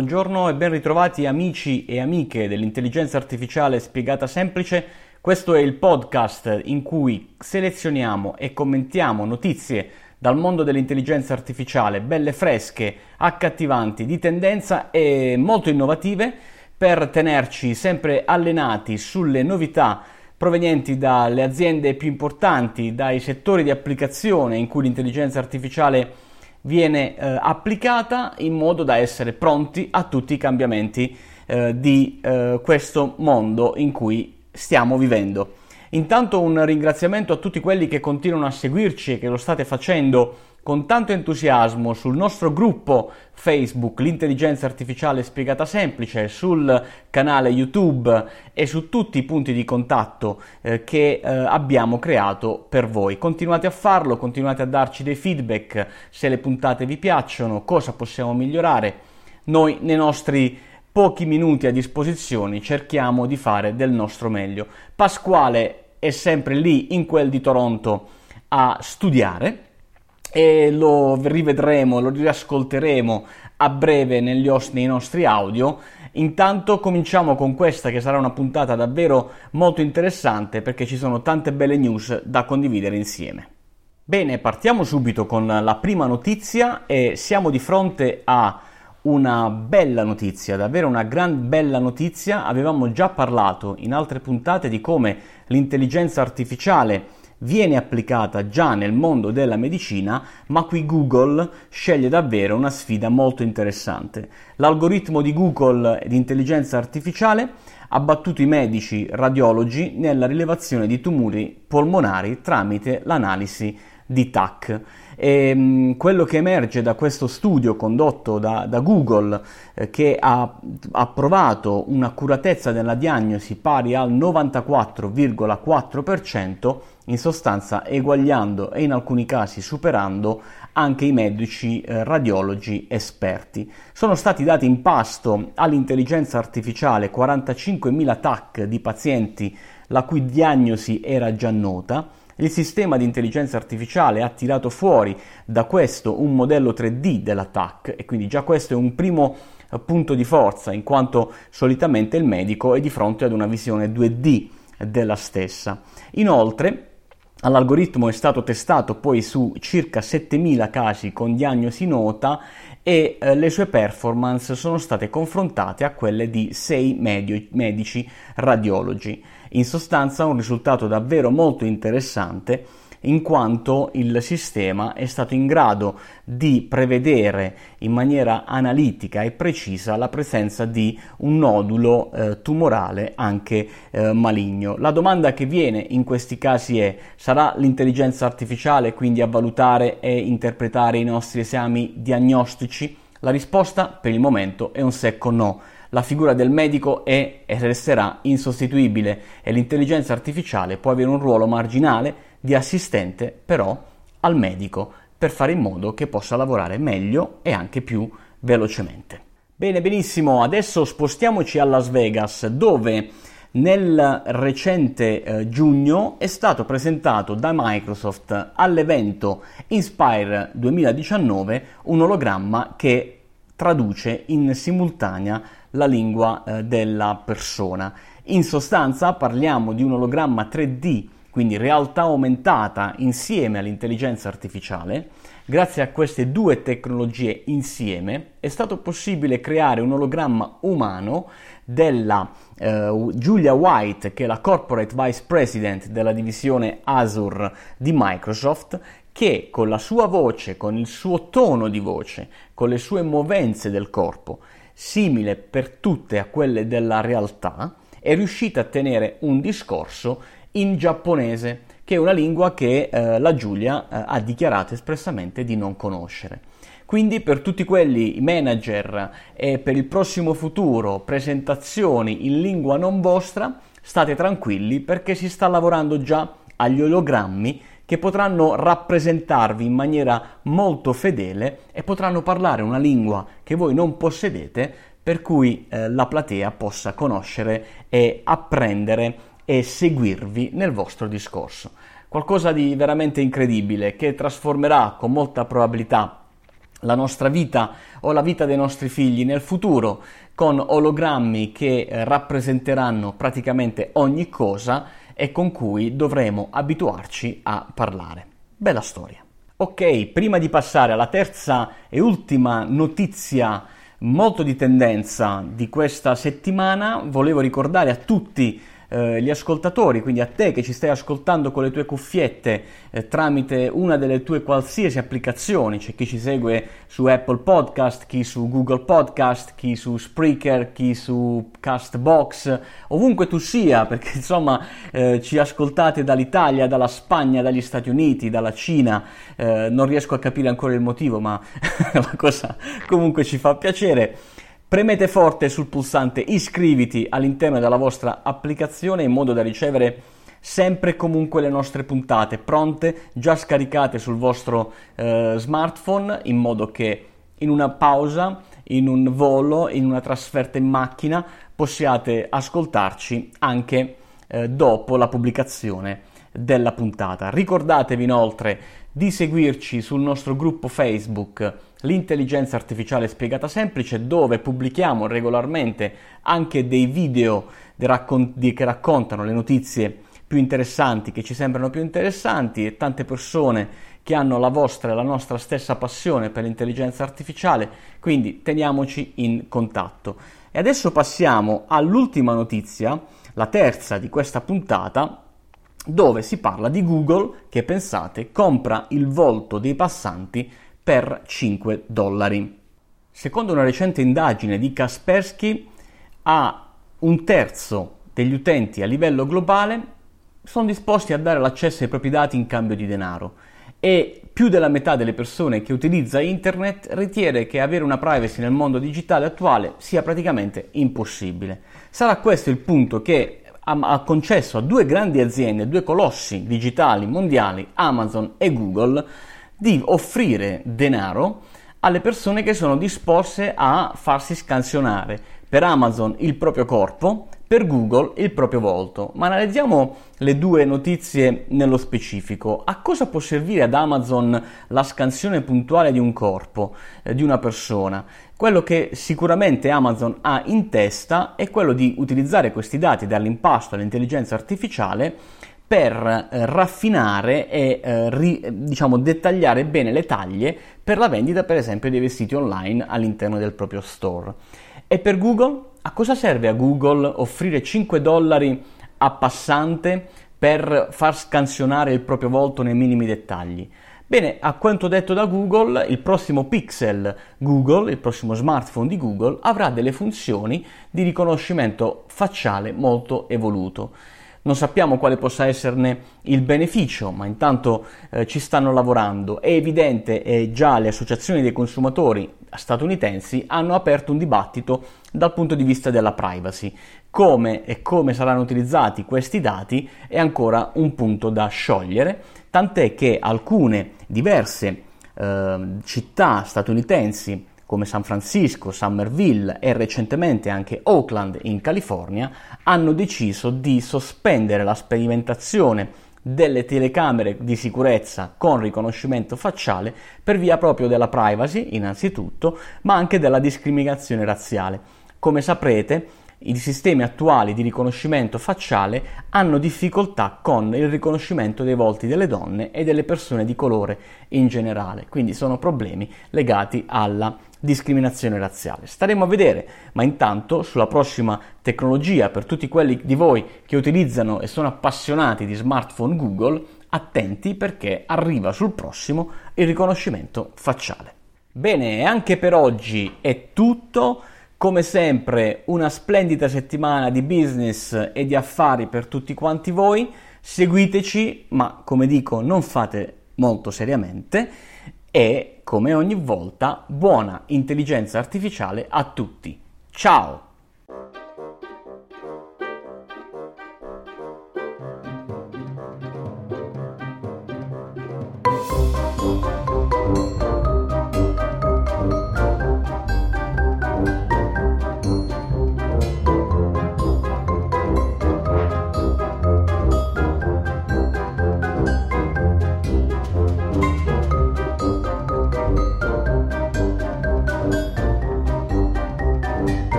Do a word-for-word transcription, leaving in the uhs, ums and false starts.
buongiorno e ben ritrovati amici e amiche dell'intelligenza artificiale spiegata semplice. Questo è il podcast in cui selezioniamo e commentiamo notizie dal mondo dell'intelligenza artificiale, belle fresche, accattivanti, di tendenza e molto innovative, per tenerci sempre allenati sulle novità provenienti dalle aziende più importanti, dai settori di applicazione in cui l'intelligenza artificiale viene eh, applicata, in modo da essere pronti a tutti i cambiamenti eh, di eh, questo mondo in cui stiamo vivendo. Intanto un ringraziamento a tutti quelli che continuano a seguirci e che lo state facendo con tanto entusiasmo sul nostro gruppo Facebook, l'intelligenza artificiale spiegata semplice, sul canale YouTube e su tutti i punti di contatto eh, che eh, abbiamo creato per voi. Continuate a farlo, continuate a darci dei feedback se le puntate vi piacciono, cosa possiamo migliorare. Noi nei nostri pochi minuti a disposizione cerchiamo di fare del nostro meglio. Pasquale è sempre lì in quel di Toronto a studiare e lo rivedremo, lo riascolteremo a breve negli os- nei nostri audio. Intanto cominciamo con questa che sarà una puntata davvero molto interessante, perché ci sono tante belle news da condividere insieme. Bene, partiamo subito con la prima notizia e siamo di fronte a una bella notizia, davvero una gran bella notizia. Avevamo già parlato in altre puntate di come l'intelligenza artificiale viene applicata già nel mondo della medicina, ma qui Google sceglie davvero una sfida molto interessante. L'algoritmo di Google di intelligenza artificiale ha battuto i medici radiologi nella rilevazione di tumori polmonari tramite l'analisi di T A C. E, mh, quello che emerge da questo studio condotto da, da Google, eh, che ha, ha provato un'accuratezza della diagnosi pari al novantaquattro virgola quattro per cento, in sostanza eguagliando e in alcuni casi superando anche i medici eh, radiologi esperti. Sono stati dati in pasto all'intelligenza artificiale quarantacinquemila T A C di pazienti la cui diagnosi era già nota. Il sistema di intelligenza artificiale ha tirato fuori da questo un modello tre D della T A C, e quindi già questo è un primo punto di forza, in quanto solitamente il medico è di fronte ad una visione due D della stessa. Inoltre, l'algoritmo è stato testato poi su circa settemila casi con diagnosi nota e eh, le sue performance sono state confrontate a quelle di sei medio- medici radiologi. In sostanza un risultato davvero molto interessante, in quanto il sistema è stato in grado di prevedere in maniera analitica e precisa la presenza di un nodulo eh, tumorale anche eh, maligno. La domanda che viene in questi casi è: sarà l'intelligenza artificiale quindi a valutare e interpretare i nostri esami diagnostici? La risposta per il momento è un secco no. La figura del medico è e resterà insostituibile e l'intelligenza artificiale può avere un ruolo marginale di assistente però al medico, per fare in modo che possa lavorare meglio e anche più velocemente. Bene, benissimo, adesso spostiamoci a Las Vegas, dove nel recente eh, giugno è stato presentato da Microsoft all'evento Inspire duemiladiciannove un ologramma che traduce in simultanea la lingua eh, della persona. In sostanza parliamo di un ologramma tre D, quindi realtà aumentata insieme all'intelligenza artificiale. Grazie a queste due tecnologie insieme è stato possibile creare un ologramma umano della eh, Julia White, che è la Corporate Vice President della divisione Azure di Microsoft, che con la sua voce, con il suo tono di voce, con le sue movenze del corpo, simile per tutte a quelle della realtà, è riuscita a tenere un discorso in giapponese, che è una lingua che eh, la Giulia eh, ha dichiarato espressamente di non conoscere. Quindi per tutti quelli manager e per il prossimo futuro presentazioni in lingua non vostra, state tranquilli, perché si sta lavorando già agli ologrammi che potranno rappresentarvi in maniera molto fedele e potranno parlare una lingua che voi non possedete, per cui eh, la platea possa conoscere e apprendere e seguirvi nel vostro discorso. Qualcosa di veramente incredibile, che trasformerà con molta probabilità la nostra vita o la vita dei nostri figli nel futuro con ologrammi che eh, rappresenteranno praticamente ogni cosa e con cui dovremo abituarci a parlare. Bella storia. Ok, prima di passare alla terza e ultima notizia molto di tendenza di questa settimana, volevo ricordare a tutti eh, gli ascoltatori, quindi a te che ci stai ascoltando con le tue cuffiette eh, tramite una delle tue qualsiasi applicazioni, c'è chi ci segue su Apple Podcast, chi su Google Podcast, chi su Spreaker, chi su Castbox, ovunque tu sia, perché insomma eh, ci ascoltate dall'Italia, dalla Spagna, dagli Stati Uniti, dalla Cina, eh, non riesco a capire ancora il motivo, ma la cosa comunque ci fa piacere. Premete forte sul pulsante iscriviti all'interno della vostra applicazione in modo da ricevere sempre e comunque le nostre puntate pronte, già scaricate sul vostro eh, smartphone, in modo che in una pausa, in un volo, in una trasferta in macchina possiate ascoltarci anche eh, dopo la pubblicazione della puntata. Ricordatevi inoltre di seguirci sul nostro gruppo Facebook L'intelligenza artificiale spiegata semplice, dove pubblichiamo regolarmente anche dei video de raccon- di, che raccontano le notizie più interessanti, che ci sembrano più interessanti, e tante persone che hanno la vostra e la nostra stessa passione per l'intelligenza artificiale, quindi teniamoci in contatto. E adesso passiamo all'ultima notizia, la terza di questa puntata, dove si parla di Google che, pensate, compra il volto dei passanti per cinque dollari. Secondo una recente indagine di Kaspersky, a un terzo degli utenti a livello globale sono disposti a dare l'accesso ai propri dati in cambio di denaro, e più della metà delle persone che utilizza internet ritiene che avere una privacy nel mondo digitale attuale sia praticamente impossibile. Sarà questo il punto che ha concesso a due grandi aziende, due colossi digitali mondiali, Amazon e Google, di offrire denaro alle persone che sono disposte a farsi scansionare. Per Amazon il proprio corpo, per Google il proprio volto. Ma analizziamo le due notizie nello specifico. A cosa può servire ad Amazon la scansione puntuale di un corpo, eh, di una persona? Quello che sicuramente Amazon ha in testa è quello di utilizzare questi dati, darli in pasto all'intelligenza artificiale per eh, raffinare e eh, ri, diciamo dettagliare bene le taglie per la vendita, per esempio, dei vestiti online all'interno del proprio store. E per Google? A cosa serve a Google offrire cinque dollari a passante per far scansionare il proprio volto nei minimi dettagli? Bene, a quanto detto da Google, il prossimo Pixel Google, il prossimo smartphone di Google, avrà delle funzioni di riconoscimento facciale molto evoluto. Non sappiamo quale possa esserne il beneficio, ma intanto eh, ci stanno lavorando. È evidente e già le associazioni dei consumatori statunitensi hanno aperto un dibattito dal punto di vista della privacy. Come e come saranno utilizzati questi dati è ancora un punto da sciogliere, tant'è che alcune diverse eh, città statunitensi come San Francisco, Somerville e recentemente anche Oakland in California hanno deciso di sospendere la sperimentazione delle telecamere di sicurezza con riconoscimento facciale per via proprio della privacy innanzitutto, ma anche della discriminazione razziale. Come saprete, i sistemi attuali di riconoscimento facciale hanno difficoltà con il riconoscimento dei volti delle donne e delle persone di colore in generale, quindi sono problemi legati alla discriminazione razziale. Staremo a vedere, ma intanto sulla prossima tecnologia, per tutti quelli di voi che utilizzano e sono appassionati di smartphone Google, attenti perché arriva sul prossimo il riconoscimento facciale. Bene, anche per oggi è tutto. Come sempre una splendida settimana di business e di affari per tutti quanti voi. Seguiteci, ma come dico non fate molto seriamente, e come ogni volta buona intelligenza artificiale a tutti. Ciao!